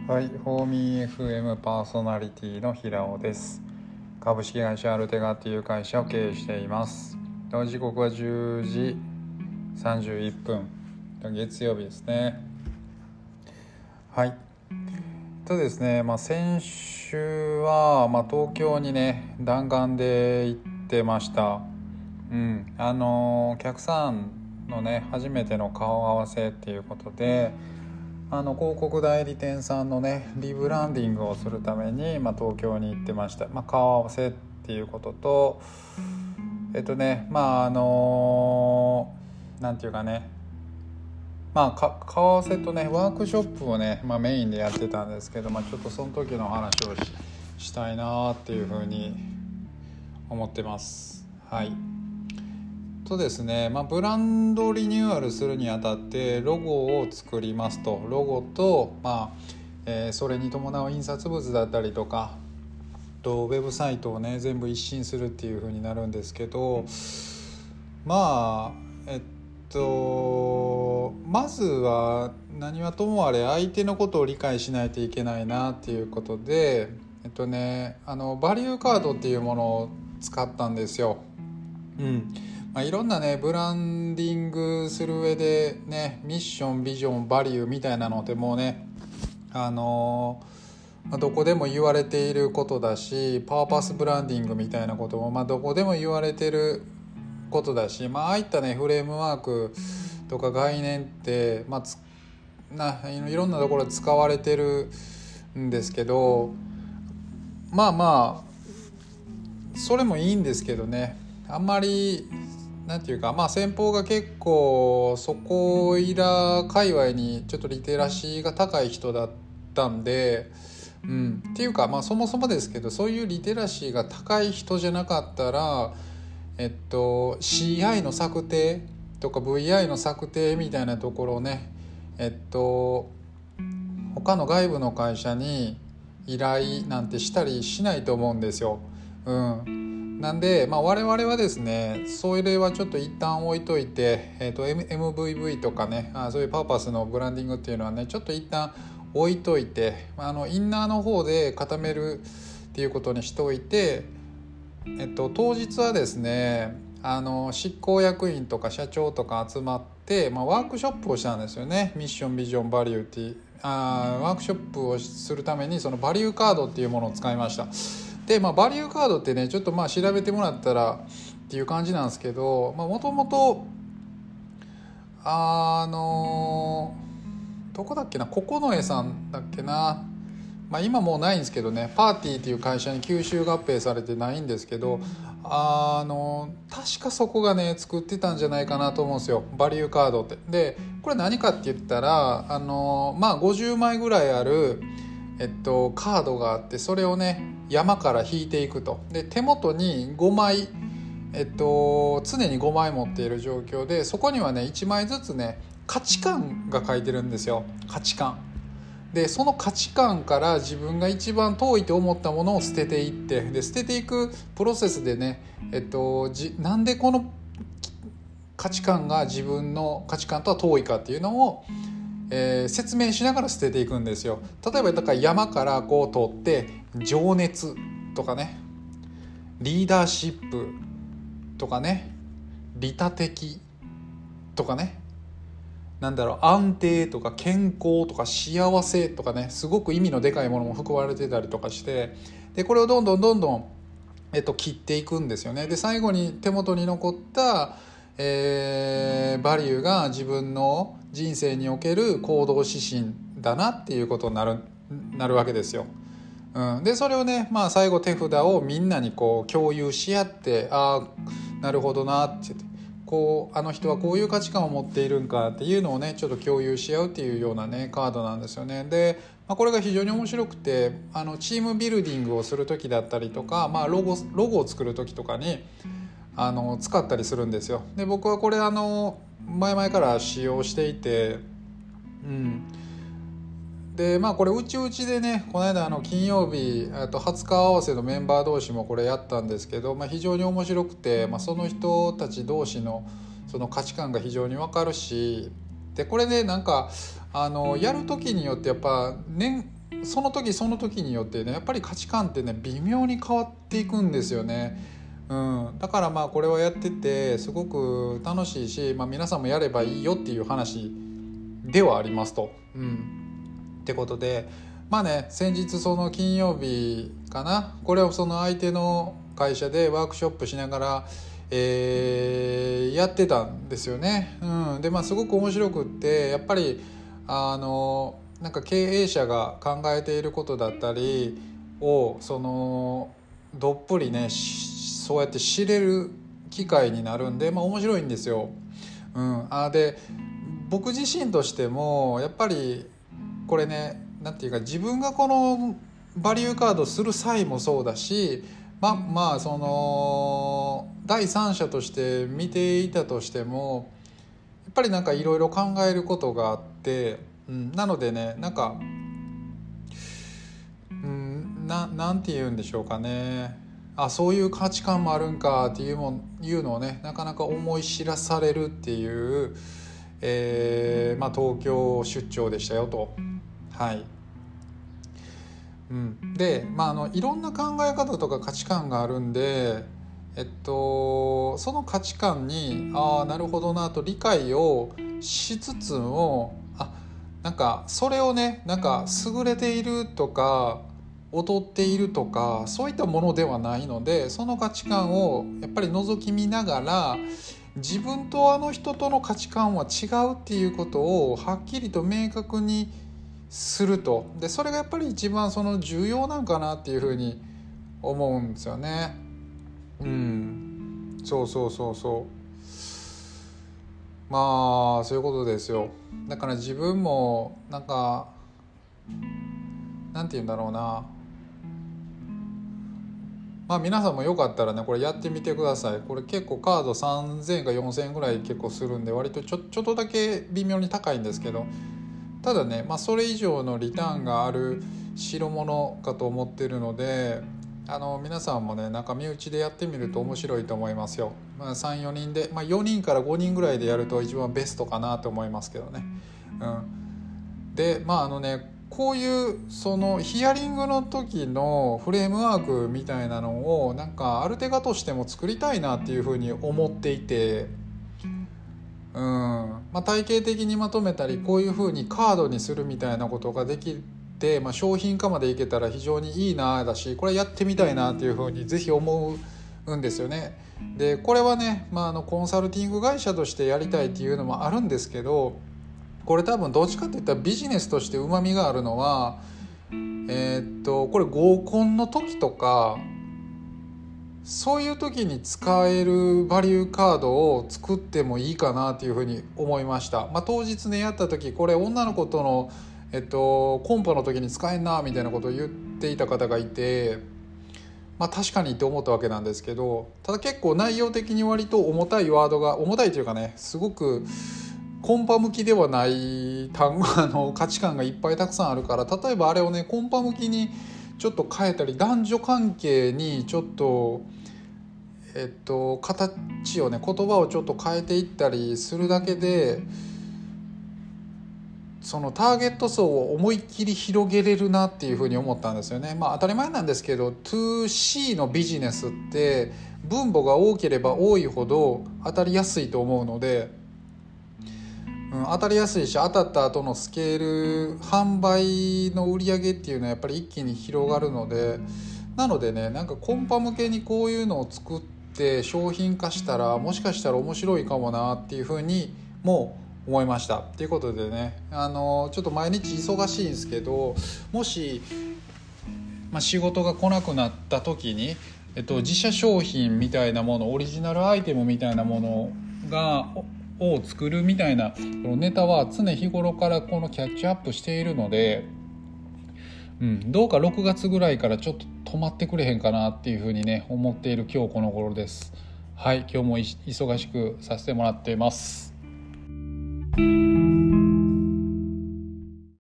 はい、ホーミー FM パーソナリティの平尾です。株式会社アルテガという会社を経営しています。時刻は10時31分、月曜日ですね。はい。ですね、先週は、東京にね、弾丸で行ってました。お客さんのね、初めての顔合わせっていうことで、広告代理店さんのねリブランディングをするために、東京に行ってました。顔合わせっていうこととなんていうかね顔合わせとねワークショップをね、メインでやってたんですけど、ちょっとその時の話をしたいなっていうふうに思ってます。はいですね、ブランドリニューアルするにあたってロゴを作りますと、ロゴと、それに伴う印刷物だったりとかウェブサイトをね全部一新するっていう風になるんですけど、まずは何はともあれ相手のことを理解しないといけないなっていうことでバリューカードっていうものを使ったんですよ。いろんなねブランディングする上でねミッションビジョンバリューみたいなのってもうねどこでも言われていることだし、パーパスブランディングみたいなこともどこでも言われてることだし、ああいったねフレームワークとか概念っていろんなところで使われてるんですけど、それもいいんですけどね、あんまりなんていうか先方が結構そこいら界隈にちょっとリテラシーが高い人だったんで、っていうかそもそもですけど、そういうリテラシーが高い人じゃなかったらCI の策定とか VI の策定みたいなところをね他の外部の会社に依頼なんてしたりしないと思うんですよ。なんで、我々はですねそれはちょっと一旦置いといて、MVV とかねそういうパーパスのブランディングっていうのはねちょっと一旦置いといてインナーの方で固めるっていうことにしておいて、当日はですね執行役員とか社長とか集まって、ワークショップをしたんですよね。ミッションビジョンバリューっていうワークショップをするためにそのバリューカードっていうものを使いました。で、バリューカードってねちょっと調べてもらったらっていう感じなんですけど、もともとどこだっけな、九重さんだっけな、今もうないんですけどね、パーティーっていう会社に吸収合併されてないんですけど、確かそこがね作ってたんじゃないかなと思うんですよ、バリューカードって。でこれ何かって言ったら50枚ぐらいあるカードがあって、それをね山から引いていくと。で手元に5枚常に5枚持っている状況で、そこにはね1枚ずつね価値観が書いてるんですよ。価値観で、その価値観から自分が一番遠いと思ったものを捨てていって、で捨てていくプロセスでね、なんでこの価値観が自分の価値観とは遠いかっていうのを、説明しながら捨てていくんですよ。例えばだから山からこう取って情熱とかね、リーダーシップとかね、利他的とかね、安定とか健康とか幸せとかね、すごく意味のでかいものも含まれてたりとかして、でこれをどんどん、切っていくんですよね。で最後に手元に残った、バリューが自分の人生における行動指針だなっていうことになるわけですよ。でそれをね、最後手札をみんなにこう共有し合って、なるほどなって言って、あの人はこういう価値観を持っているんかっていうのをねちょっと共有し合うっていうようなねカードなんですよね。で、これが非常に面白くて、チームビルディングをする時だったりとか、ロゴを作る時とかに使ったりするんですよ。で僕はこれ前々から使用していて、でこれうちでね、この間金曜日20日合わせのメンバー同士もこれやったんですけど、非常に面白くて、その人たち同士のその価値観が非常に分かるし、でこれねやる時によってやっぱその時その時によってねやっぱり価値観ってね微妙に変わっていくんですよね。だからまあこれはやっててすごく楽しいし、皆さんもやればいいよっていう話ではありますと。ってことで先日その金曜日かな、これをその相手の会社でワークショップしながら、やってたんですよね。ですごく面白くって、やっぱりなんか経営者が考えていることだったりをどっぷりねそうやって知れる機会になるんで、面白いんですよ。で僕自身としてもやっぱりこれねなんていうか、自分がこのバリューカードする際もそうだし、その第三者として見ていたとしてもやっぱりなんかいろいろ考えることがあって、なのでねなんかなんて言うんでしょうかね、そういう価値観もあるんかっていうのをねなかなか思い知らされるっていう、東京出張でしたよと。で、いろんな考え方とか価値観があるんで、その価値観になるほどなと理解をしつつもなんかそれをねなんか優れているとか劣っているとかそういったものではないので、その価値観をやっぱり覗き見ながら自分とあの人との価値観は違うっていうことをはっきりと明確にすると。でそれがやっぱり一番その重要なんかなっていうふうに思うんですよね。そうそういうことですよ。だから自分もなんかなんて言うんだろうな、皆さんもよかったらねこれやってみてください。これ結構カード3000円か4000円ぐらい結構するんで、割とちょっとだけ微妙に高いんですけど、ただね、それ以上のリターンがある代物かと思ってるので、皆さんもねなんか身内でやってみると面白いと思いますよ。3、4人で、4人から5人ぐらいでやると一番ベストかなと思いますけどね。でこういうそのヒアリングの時のフレームワークみたいなのをなんかある手としても作りたいなっていうふうに思っていて、体系的にまとめたりこういうふうにカードにするみたいなことができて、商品化までいけたら非常にいいなだし、これやってみたいなっていうふうにぜひ思うんですよね。でこれはね、コンサルティング会社としてやりたいっていうのもあるんですけど、これ多分どっちかっていったらビジネスとしてうまみがあるのはこれ合コンの時とかそういう時に使えるバリューカードを作ってもいいかなっていうふうに思いました。当日ねやった時これ女の子との、コンパの時に使えんなみたいなことを言っていた方がいて、確かにって思ったわけなんですけど、ただ結構内容的に割と重たいワードが重たいというかね、すごくコンパ向きではない単語価値観がいっぱいたくさんあるから、例えばあれをねコンパ向きにちょっと変えたり、男女関係にちょっと形をね言葉をちょっと変えていったりするだけで、そのターゲット層を思いっきり広げれるなっていうふうに思ったんですよね。当たり前なんですけど 2C のビジネスって分母が多ければ多いほど当たりやすいと思うので、当たりやすいし、当たった後のスケール販売の売り上げっていうのはやっぱり一気に広がるので、なのでねなんかコンパ向けにこういうのを作って商品化したらもしかしたら面白いかもなっていうふうにも思いました。ということでねちょっと毎日忙しいんですけど、もし、仕事が来なくなった時に、自社商品みたいなもの、オリジナルアイテムみたいなものを作るみたいなこのネタは常日頃からこのキャッチアップしているので、どうか6月ぐらいからちょっと止まってくれへんかなっていうふうにね思っている今日この頃です。今日も忙しくさせてもらっています。